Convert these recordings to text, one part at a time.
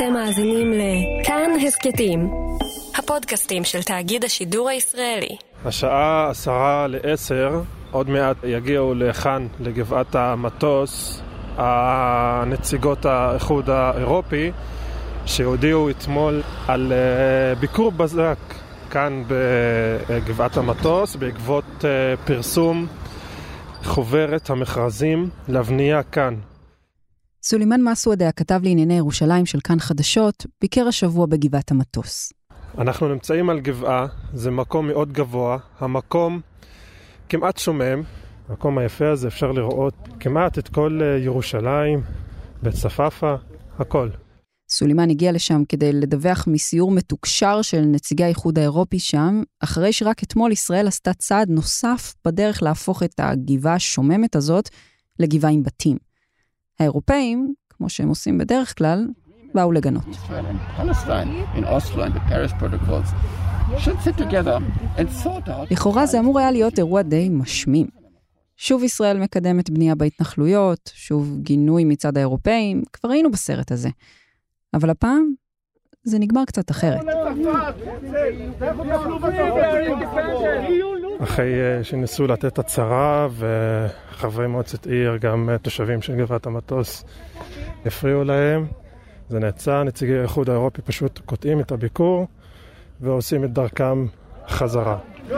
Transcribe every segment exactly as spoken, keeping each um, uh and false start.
אתם מאזינים לכאן הסקטים, הפודקאסטים של תאגיד השידור הישראלי. השעה עשרה לעשר, עוד מעט יגיעו לכאן, לגבעת המטוס, הנציגות האיחוד האירופי, שהודיעו אתמול על ביקור בזק כאן בגבעת המטוס, בעקבות פרסום חוברת המכרזים לבנייה כאן. סולימאן מסעודה, הכתב לענייני ירושלים של כאן חדשות, ביקר השבוע בגבעת המטוס. אנחנו נמצאים על גבעה, זה מקום מאוד גבוה, המקום כמעט שומם, המקום היפה הזה אפשר לראות כמעט את כל ירושלים, בית צפאפא, הכל. סולימאן הגיע לשם כדי לדווח מסיור מתוקשר של נציגי האיחוד האירופי שם, אחרי שרק אתמול ישראל עשתה צעד נוסף בדרך להפוך את הגבעה השוממת הזאת לגבעה עם בתים. האירופאים, כמו שהם עושים בדרך כלל, באו לגנות. לכאורה זה אמור היה להיות אירוע די משמים. שוב ישראל מקדמת בנייה בהתנחלויות, שוב גינוי מצד האירופאים, כבר היינו בסרט הזה. אבל הפעם זה נגמר קצת אחרת. אחרי שניסו לתת הצהרה וחברי מועצת עיר, גם תושבים של גבעת המטוס, הפריעו להם. זה נעצר, נציגי האיחוד האירופי פשוט קוטעים את הביקור ועושים את דרכם חזרה. לכו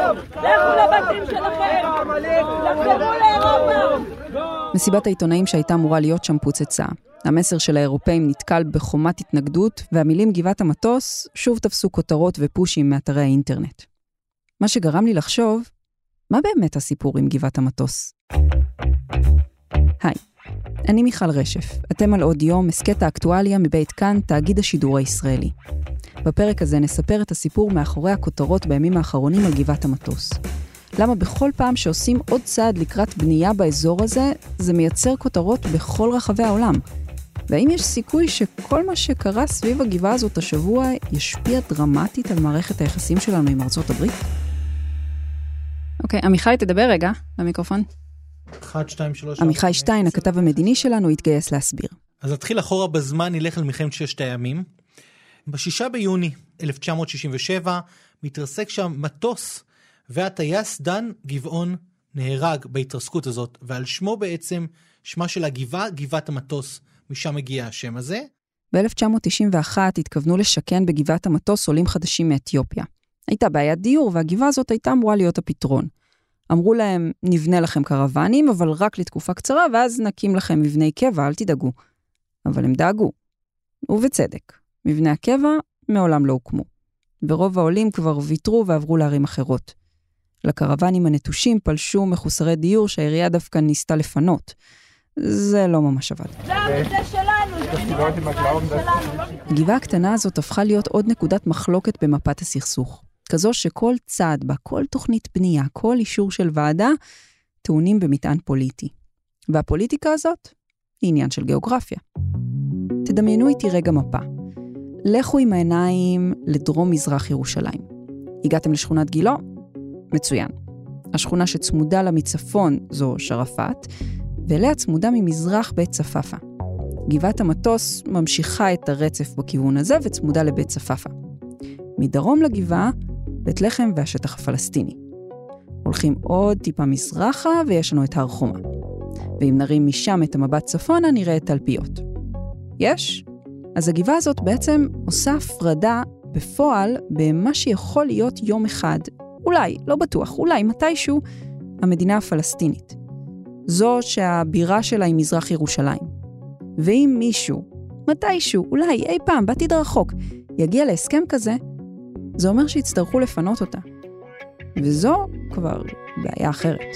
לבתים שלכם! לחזרו לאירופה! מסיבת העיתונאים שהייתה אמורה להיות שם פוצצה. המסר של האירופאים נתקל בחומת התנגדות, והמילים גבעת המטוס שוב תפסו כותרות ופושים מאתרי האינטרנט. מה שגרם לי לחשוב, מה באמת הסיפור עם גבעת המטוס? היי, אני מיכל רשף, אתם על עוד יום, הסקט האקטואליה מבית כאן, תאגיד השידור הישראלי. בפרק הזה נספר את הסיפור מאחורי הכותרות בימים האחרונים על גבעת המטוס. למה בכל פעם שעושים עוד צעד לקראת בנייה באזור הזה, זה מייצר כותרות בכל רחבי העולם. והאם יש סיכוי שכל מה שקרה סביב הגבעה הזאת השבוע ישפיע דרמטית על מערכת היחסים שלנו עם ארצות הברית? אוקיי, עמיחי, תדבר רגע למיקרופון. אחת, שתיים, שלוש... עמיחי שטיין, הכתב המדיני שלנו, התגייס להסביר. אז נתחיל אחורה בזמן, נלך על מלחמת ששת הימים. בשישה ביוני אלף תשע מאות שישים ושבע מתרסק שם מטוס, והטייס דן גבעון נהרג בהתרסקות הזאת, ועל שמו בעצם, שמה של הגבעה, גבעת המטוס, משם מגיע השם הזה. ב-אלף תשע מאות תשעים ואחת התכוונו לשכן בגבעת המטוס עולים חדשים מאתיופיה. הייתה בעיית דיור, והגבעה הזאת הייתה אמורה להיות הפתרון. אמרו להם, נבנה לכם קרוונים, אבל רק לתקופה קצרה, ואז נקים לכם מבני קבע, אל תדאגו. אבל הם דאגו. ובצדק. מבני הקבע מעולם לא הוקמו. ורוב העולים כבר ויתרו ועברו לערים אחרות. לקרוונים הנטושים פלשו מחוסרי דיור שהעירייה דווקא ניסתה לפנות. זה לא ממש עבד. זה שלנו, הגבעה הקטנה הזאת הפכה להיות עוד נקודת מחלוקת במפת הסכסוך. כזו שכל צעד בה, כל תוכנית בנייה, כל אישור של ועדה, טעונים במטען פוליטי. והפוליטיקה הזאת היא עניין של גיאוגרפיה. תדמיינו איתי רגע מפה. לכו עם העיניים לדרום מזרח ירושלים. הגעתם לשכונת גילו? מצוין. השכונה שצמודה לה מצפון זו שרפת, ואליה צמודה ממזרח בית צפאפא. גבעת המטוס ממשיכה את הרצף בכיוון הזה וצמודה לבית צפאפא. מדרום לגבעה, בית לחם והשטח הפלסטיני. הולכים עוד טיפה מזרחה ויש לנו את הר חומה. ואם נרים משם את המבט צפונה נראה את תלפיות. יש? אז הגבעה הזאת בעצם עושה הפרדה בפועל במה שיכול להיות יום אחד, אולי, לא בטוח, אולי מתישהו, המדינה הפלסטינית. זו שהבירה שלה היא מזרח ירושלים. ואם מישהו, מתישהו, אולי אי פעם, בעתיד רחוק, יגיע להסכם כזה, זה אומר שיצטרכו לפנות אותה. וזו כבר בעיה אחרת.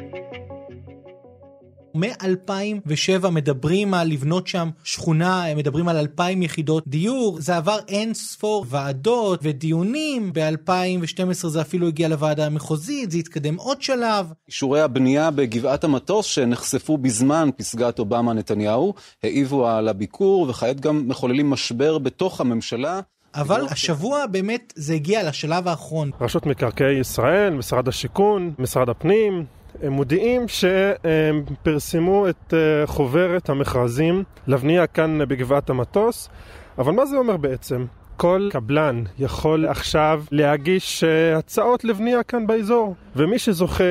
מ-אלפיים ושבע מדברים על לבנות שם שכונה, מדברים על אלפיים יחידות דיור, זה עבר אין ספור ועדות ודיונים, ב-אלפיים ושתים עשרה זה אפילו הגיע לוועדה המחוזית, זה התקדם עוד שלב. אישורי הבנייה בגבעת המטוס שנחשפו בזמן פסגת אובמה נתניהו, העיבו על הביקור וכעת גם מחוללים משבר בתוך הממשלה. אבל השבוע באמת זה הגיע לשלב האחרון. רשות מקרקעי ישראל, משרד השיכון, משרד הפנים, הם מודיעים שהם פרסמו את חוברת המכרזים לבנייה כאן בגבעת המטוס. אבל מה זה אומר בעצם? כל קבלן יכול עכשיו להגיש הצעות לבנייה כאן באזור, ומי שזוכה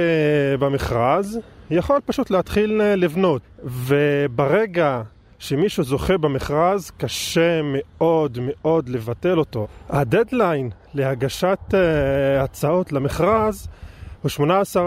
במכרז יכול פשוט להתחיל לבנות. וברגע שמישהו זוכה במכרז, קשה מאוד מאוד לבטל אותו. הדדליין להגשת uh, הצעות למכרז הוא שמונה עשר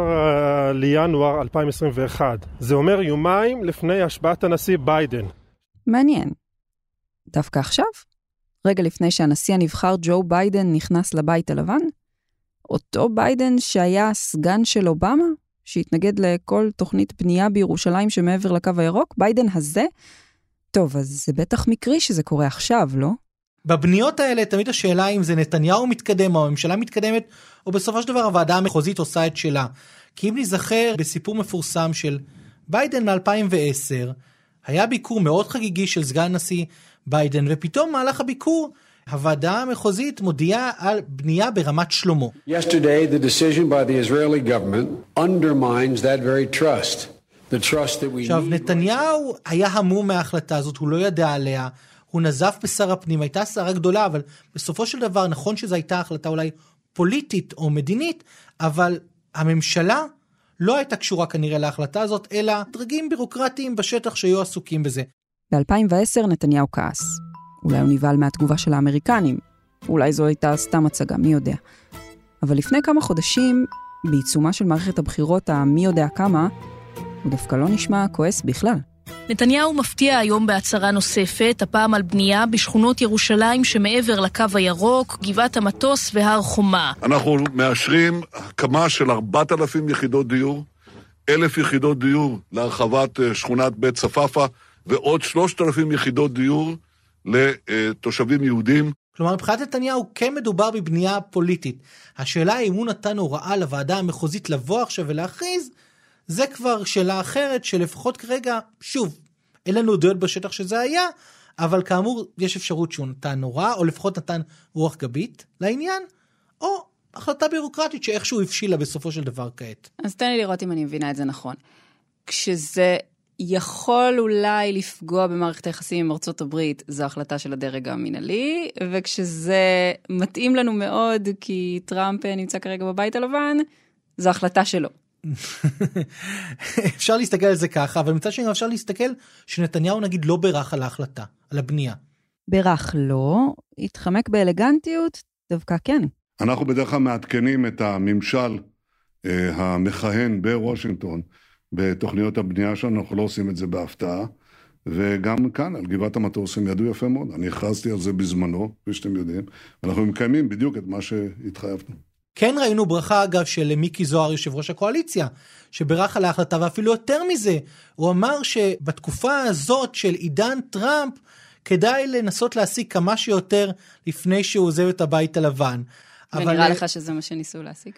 לינואר אלפיים עשרים ואחת. זה אומר יומיים לפני השבעת הנשיא ביידן. מעניין. דווקא עכשיו? רגע לפני שהנשיא הנבחר ג'ו ביידן נכנס לבית הלבן? אותו ביידן שהיה סגן של אובמה, שהתנגד לכל תוכנית בנייה בירושלים שמעבר לקו הירוק? ביידן הזה? טוב, אז זה בטח מקרי שזה קורה עכשיו, לא? בבניות האלה תמיד השאלה אם זה נתניהו מתקדם או הממשלה מתקדמת, או בסופו של דבר הוועדה המחוזית עושה את שלה. כי אם נזכר בסיפור מפורסם של ביידן מ-אלפיים ועשר, היה ביקור מאוד חגיגי של סגן נשיא ביידן, ופתאום מהלך הביקור, הוועדה המחוזית מודיעה על בנייה ברמת שלמה. Yesterday, the decision by the Israeli government undermines that very trust. The trust that we עכשיו, need. נתניהו היה המום מההחלטה הזאת, הוא לא ידע עליה, הוא נזף בשר הפנים, הייתה סערה גדולה, אבל בסופו של דבר, נכון שזו הייתה החלטה אולי פוליטית או מדינית, אבל הממשלה לא הייתה קשורה כנראה להחלטה הזאת, אלא דרגים בירוקרטיים בשטח שהיו עסוקים בזה. ב-אלפיים ועשר נתניהו כעס. אולי הוא נבהל מהתגובה של האמריקנים. אולי זו הייתה סתם הצגה, מי יודע. אבל לפני כמה חודשים, בעיצומה של מערכת הבחירות המי יודע כמה, הוא דווקא לא נשמע כועס בכלל. נתניהו מפתיע היום בהצהרה נוספת, הפעם על בנייה בשכונות ירושלים שמעבר לקו הירוק, גבעת המטוס והר חומה. אנחנו מאשרים הקמה של ארבעת אלפים יחידות דיור, אלף יחידות דיור להרחבת שכונת בית צפאפא, ועוד שלושת אלפים יחידות דיור לתושבים יהודים. כלומר, מבחינת נתניהו כן מדובר בבנייה פוליטית. השאלה אם הוא נתן הוראה לוועדה המחוזית לבוא עכשיו ולהכריז, זה כבר שאלה אחרת שלפחות כרגע, שוב, אין לנו דעות בשטח שזה היה, אבל כאמור יש אפשרות שהוא נתן הוראה, או לפחות נתן רוח גבית לעניין, או החלטה בירוקרטית שאיכשהו הפשילה בסופו של דבר כעת. אז תן לי לראות אם אני מבינה את זה נכון. כשזה יכול אולי לפגוע במערכת היחסים עם ארצות הברית, זו החלטה של הדרג המנהלי, וכשזה מתאים לנו מאוד, כי טראמפ נמצא כרגע בבית הלבן, זו החלטה שלו. אפשר להסתכל על זה ככה, אבל מצד שני אפשר להסתכל שנתניהו נגיד לא ברח על ההחלטה, על הבנייה. ברח לא, התחמק באלגנטיות, דווקא כן. אנחנו בדרך כלל מעדכנים את הממשל אה, המכהן בוושינגטון, בתוכניות הבנייה שלנו, אנחנו לא עושים את זה בהפתעה, וגם כאן, על גבעת המטוס, הם ידעו יפה מאוד. אני הכרזתי על זה בזמנו, כפי שאתם יודעים, ואנחנו מקיימים בדיוק את מה שהתחייבנו. כן ראינו ברכה, אגב, של מיקי זוהר, יושב ראש הקואליציה, שברח על ההחלטה, ואפילו יותר מזה, הוא אמר שבתקופה הזאת של עידן טראמפ, כדאי לנסות להשיג כמה שיותר לפני שהוא עוזב את הבית הלבן. ונראה אבל... לך שזה מה שניסו להשיג?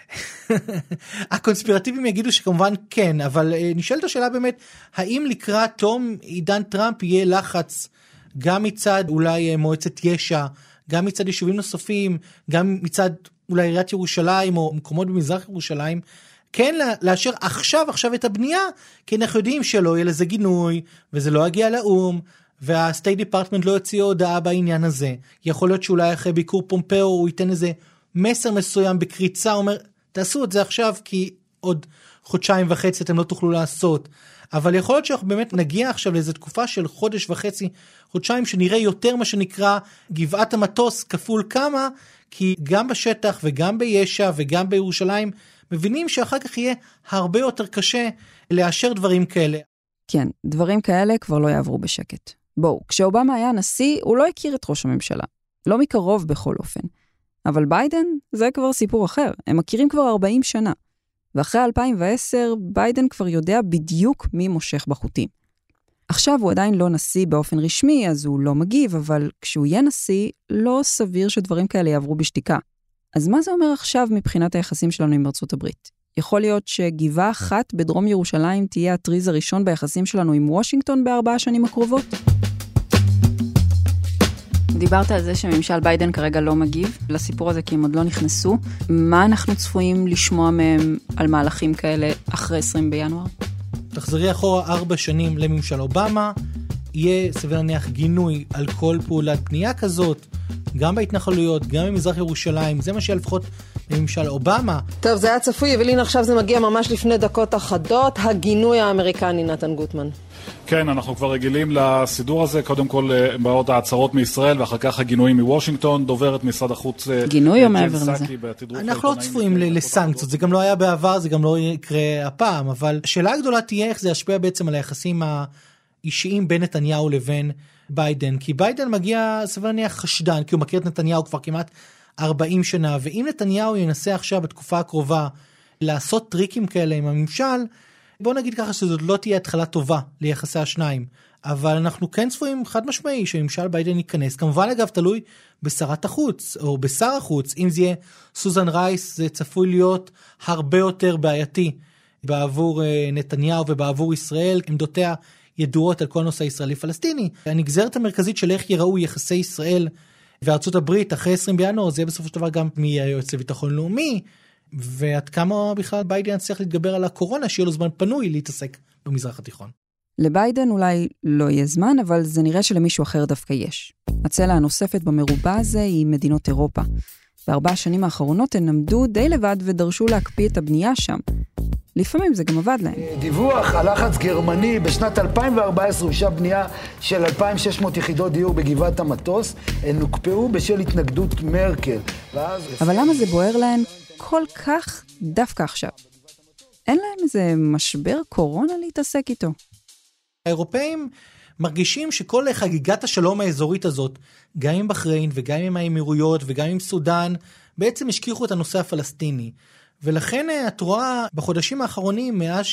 הקונספירטיבים יגידו שכמובן כן, אבל נשאלת השאלה באמת, האם לקראת תום עידן טראמפ יהיה לחץ גם מצד אולי מועצת יש"ע, גם מצד יישובים נוספים, גם מצד אולי עיריית ירושלים או מקומות במזרח ירושלים, כן לאשר עכשיו עכשיו את הבנייה, כי אנחנו יודעים שלא יהיה לזה גינוי, וזה לא יגיע לאום, והסטייט דיפרטמנט לא יוציא הודעה בעניין הזה. יכול להיות שאולי אחרי ביקור פומפאו הוא ייתן איזה מסר מסוים בקריצה, אומר, תעשו את זה עכשיו, כי עוד חודשיים וחצי אתם לא תוכלו לעשות. אבל יכול להיות שאנחנו באמת נגיע עכשיו לאיזו תקופה של חודש וחצי, חודשיים, שנראה יותר מה שנקרא גבעת המטוס כפול כמה, כי גם בשטח וגם ביש"ע וגם בירושלים, מבינים שאחר כך יהיה הרבה יותר קשה לאשר דברים כאלה. כן, דברים כאלה כבר לא יעברו בשקט. בואו, כשאובמה היה נשיא, הוא לא הכיר את ראש הממשלה. לא מקרוב בכל אופן. אבל ביידן זה כבר סיפור אחר. הם מכירים כבר ארבעים שנה. ואחרי אלפיים ועשר, ביידן כבר יודע בדיוק מי מושך בחוטים. עכשיו הוא עדיין לא נשיא באופן רשמי, אז הוא לא מגיב, אבל כשהוא יהיה נשיא, לא סביר שדברים כאלה יעברו בשתיקה. אז מה זה אומר עכשיו מבחינת היחסים שלנו עם ארצות הברית? יכול להיות שגבעה אחת בדרום ירושלים תהיה הטריז הראשון ביחסים שלנו עם וושינגטון בארבע השנים הקרובות? דיברת על זה שממשל ביידן כרגע לא מגיב לסיפור הזה, כי הם עוד לא נכנסו. מה אנחנו צפויים לשמוע מהם על מהלכים כאלה אחרי עשרים בינואר? תחזרי אחורה ארבע שנים לממשל אובמה, יהיה סביר להניח גינוי על כל פעולת בנייה כזאת, גם בהתנחלויות, גם במזרח ירושלים, זה מה שהיה לפחות בממשל אובמה. טוב, זה היה צפוי, ולין עכשיו זה מגיע ממש לפני דקות אחדות, הגינוי האמריקני, נתן גוטמן. כן, אנחנו כבר רגילים לסידור הזה, קודם כל באות ההצהרות מישראל, ואחר כך הגינויים מוושינגטון, דוברת משרד החוץ. גינוי או מעבר לזה? אנחנו לא צפויים לסנקציות, זה גם לא היה בעבר, זה גם לא יקרה הפעם, אבל השאלה הגדולה תהיה איך זה ישפיע בעצם על היחסים האישיים בין נתניהו לבין ביידן, כי ביידן מגיע סביר להניח חשדן, כי הוא מכיר את נתניהו כבר כמעט ארבעים שנה, ואם נתניהו ינסה עכשיו בתקופה הקרובה לעשות טריקים כאלה עם הממשל, בוא נגיד ככה שזאת לא תהיה התחלה טובה ליחסי השניים, אבל אנחנו כן צפויים חד משמעי שממשל ביידן ייכנס, כמובן אגב תלוי בשרת החוץ או בשר החוץ, אם זה יהיה סוזן רייס זה צפוי להיות הרבה יותר בעייתי בעבור נתניהו ובעבור ישראל, עמדותיה ידועות על כל נושא ישראלי-פלסטיני. הנגזרת המרכזית של איך יראו יחסי ישראל וארצות הברית אחרי עשרים בינואר, זה יהיה בסופו של דבר גם מי יהיה היועץ לביטחון לאומי, ועד כמה בכלל ביידן צריך להתגבר על הקורונה, שיהיה לו זמן פנוי להתעסק במזרח התיכון. לביידן אולי לא יהיה זמן, אבל זה נראה שלמישהו אחר דווקא יש. הצלע הנוספת במרובע הזה היא מדינות אירופה. בארבע השנים האחרונות הן עמדו די לבד ודרשו להקפיא את הבנייה שם. לפעמים זה גם עבד להם. דיווח על לחץ גרמני בשנת אלפיים וארבע עשרה אושר בנייה של אלפיים ושש מאות יחידות דיור בגבעת המטוס, הן הוקפאו בשל התנגדות מרקל. ואז... אבל למה זה בוער להן כל כך דווקא עכשיו? אין להם איזה משבר קורונה להתעסק איתו. האירופאים מרגישים שכל חגיגת השלום האזורית הזאת, גם עם בחריין וגם עם האמירויות וגם עם סודן, בעצם השכיחו את הנושא הפלסטיני. ולכן את רואה בחודשים האחרונים, מאז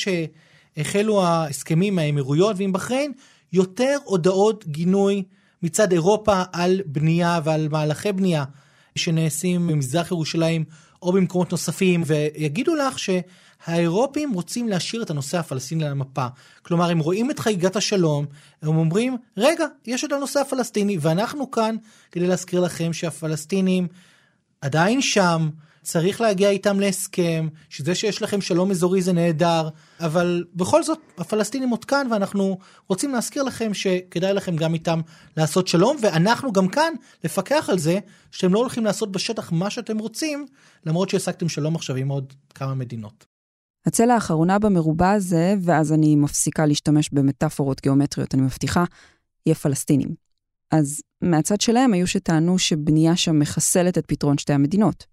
שהחלו ההסכמים האמירויות ועם בחריין, יותר הודעות גינוי מצד אירופה על בנייה ועל מהלכי בנייה שנעשים במזרח ירושלים או במקומות נוספים, ויגידו לך שהאירופים רוצים להשאיר את הנושא הפלסטיני על המפה. כלומר, הם רואים את חגיגת השלום, הם אומרים, רגע, יש את הנושא הפלסטיני, ואנחנו כאן כדי להזכיר לכם שהפלסטינים עדיין שם, צריך להגיע איתם להסכם, שזה שיש לכם שלום אזורי זה נהדר, אבל בכל זאת הפלסטינים עוד כאן, ואנחנו רוצים להזכיר לכם שכדאי לכם גם איתם לעשות שלום, ואנחנו גם כאן לפקח על זה, שאתם לא הולכים לעשות בשטח מה שאתם רוצים, למרות שהשגתם שלום עכשיו עם עוד כמה מדינות. הצלע האחרונה במרובע הזה, ואז אני מפסיקה להשתמש במטאפורות גיאומטריות, אני מבטיחה, יהיה פלסטינים. אז מהצד שלהם היו שטענו שבנייה שם מחסלת את פתרון שתי המדינות.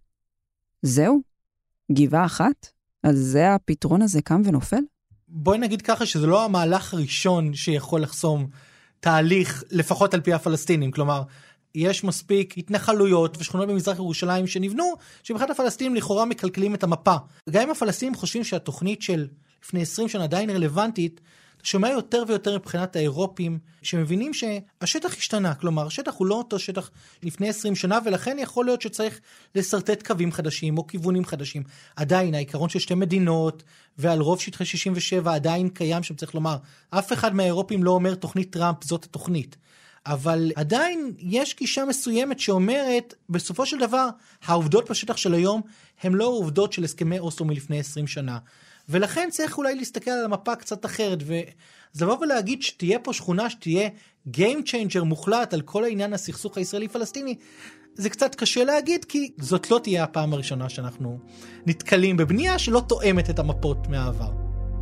זהו? גבעה אחת? אז זה הפתרון הזה קם ונופל? בואי נגיד ככה שזה לא המהלך הראשון שיכול לחסום תהליך, לפחות על פי הפלסטינים. כלומר, יש מספיק התנחלויות ושכונות במזרח ירושלים שנבנו, שבאחד הפלסטינים לכאורה מקלקלים את המפה. גם אם הפלסטינים חושבים שהתוכנית של לפני עשרים שנה עדיין רלוונטית, אתה שומע יותר ויותר מבחינת האירופים, שמבינים שהשטח השתנה, כלומר, השטח הוא לא אותו שטח לפני עשרים שנה, ולכן יכול להיות שצריך לסרטט קווים חדשים או כיוונים חדשים. עדיין, העיקרון של שתי מדינות, ועל רוב שטחי שישים ושבע עדיין קיים שם, צריך לומר, אף אחד מהאירופים לא אומר תוכנית טראמפ, זאת התוכנית. אבל עדיין יש גישה מסוימת שאומרת, בסופו של דבר, העובדות בשטח של היום, הן לא עובדות של הסכמי אוסלו מלפני עשרים שנה. ולכן צריך אולי להסתכל על המפה קצת אחרת, וזה לבוא ולהגיד שתהיה פה שכונה שתהיה game changer מוחלט על כל העניין הסכסוך הישראלי-פלסטיני, זה קצת קשה להגיד, כי זאת לא תהיה הפעם הראשונה שאנחנו נתקלים בבנייה שלא תואמת את המפות מהעבר.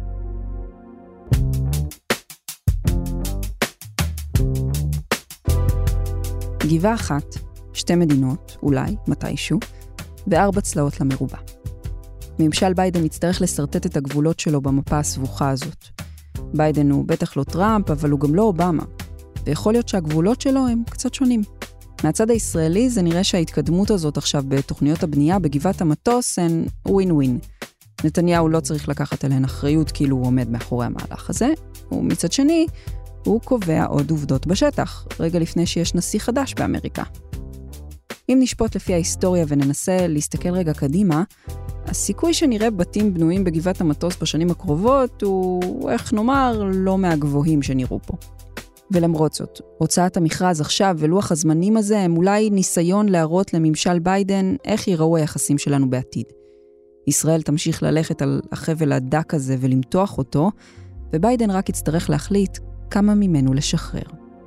גבעה אחת, שתי מדינות, אולי, מתישהו, וארבע צלעות למרובע. ממשל ביידן יצטרך לסרטט את הגבולות שלו במפה הסבוכה הזאת. ביידן הוא בטח לא טראמפ, אבל הוא גם לא אובמה. ויכול להיות שהגבולות שלו הם קצת שונים. מהצד הישראלי זה נראה שההתקדמות הזאת עכשיו בתוכניות הבנייה בגבעת המטוס הן ווין ווין. נתניהו לא צריך לקחת עליהן אחריות כאילו הוא עומד מאחורי המהלך הזה, ומצד שני, הוא קובע עוד עובדות בשטח, רגע לפני שיש נשיא חדש באמריקה. אם נשפוט לפי ההיסטוריה וננסה להסתכל רגע קדימה, הסיכוי שנראה בתים בנויים בגבעת המטוס בשנים הקרובות הוא, איך נאמר, לא מהגבוהים שנראו פה. ולמרות זאת, הוצאת המכרז עכשיו ולוח הזמנים הזה הם אולי ניסיון להראות לממשל ביידן איך ייראו היחסים שלנו בעתיד. ישראל תמשיך ללכת על החבל הדק הזה ולמתוח אותו, וביידן רק יצטרך להחליט כמה ממנו לשחרר.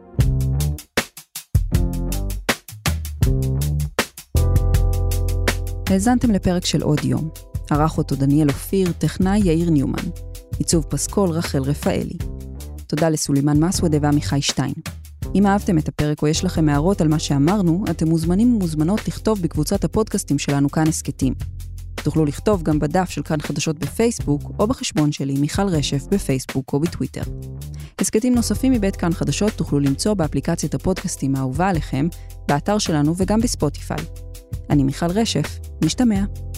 האזנתם לפרק של עוד יום. ערך אותו דניאל אופיר, טכנאי יאיר ניומן. עיצוב פסקול רחל רפאלי. תודה לסולימן מסוודה ועמיחי שטיין. אם אהבתם את הפרק או יש לכם הערות על מה שאמרנו, אתם מוזמנים ומוזמנות לכתוב בקבוצת הפודקאסטים שלנו כאן הסקטים. תוכלו לכתוב גם בדף של כאן חדשות בפייסבוק, או בחשבון שלי מיכל רשף בפייסבוק או בטוויטר. הסקטים נוספים מבית כאן חדשות תוכלו למצוא באפליקציית הפודקאסטים האהובה עליכם, באתר שלנו וגם בספוטיפיי. אני מיכל רשף, משתמע.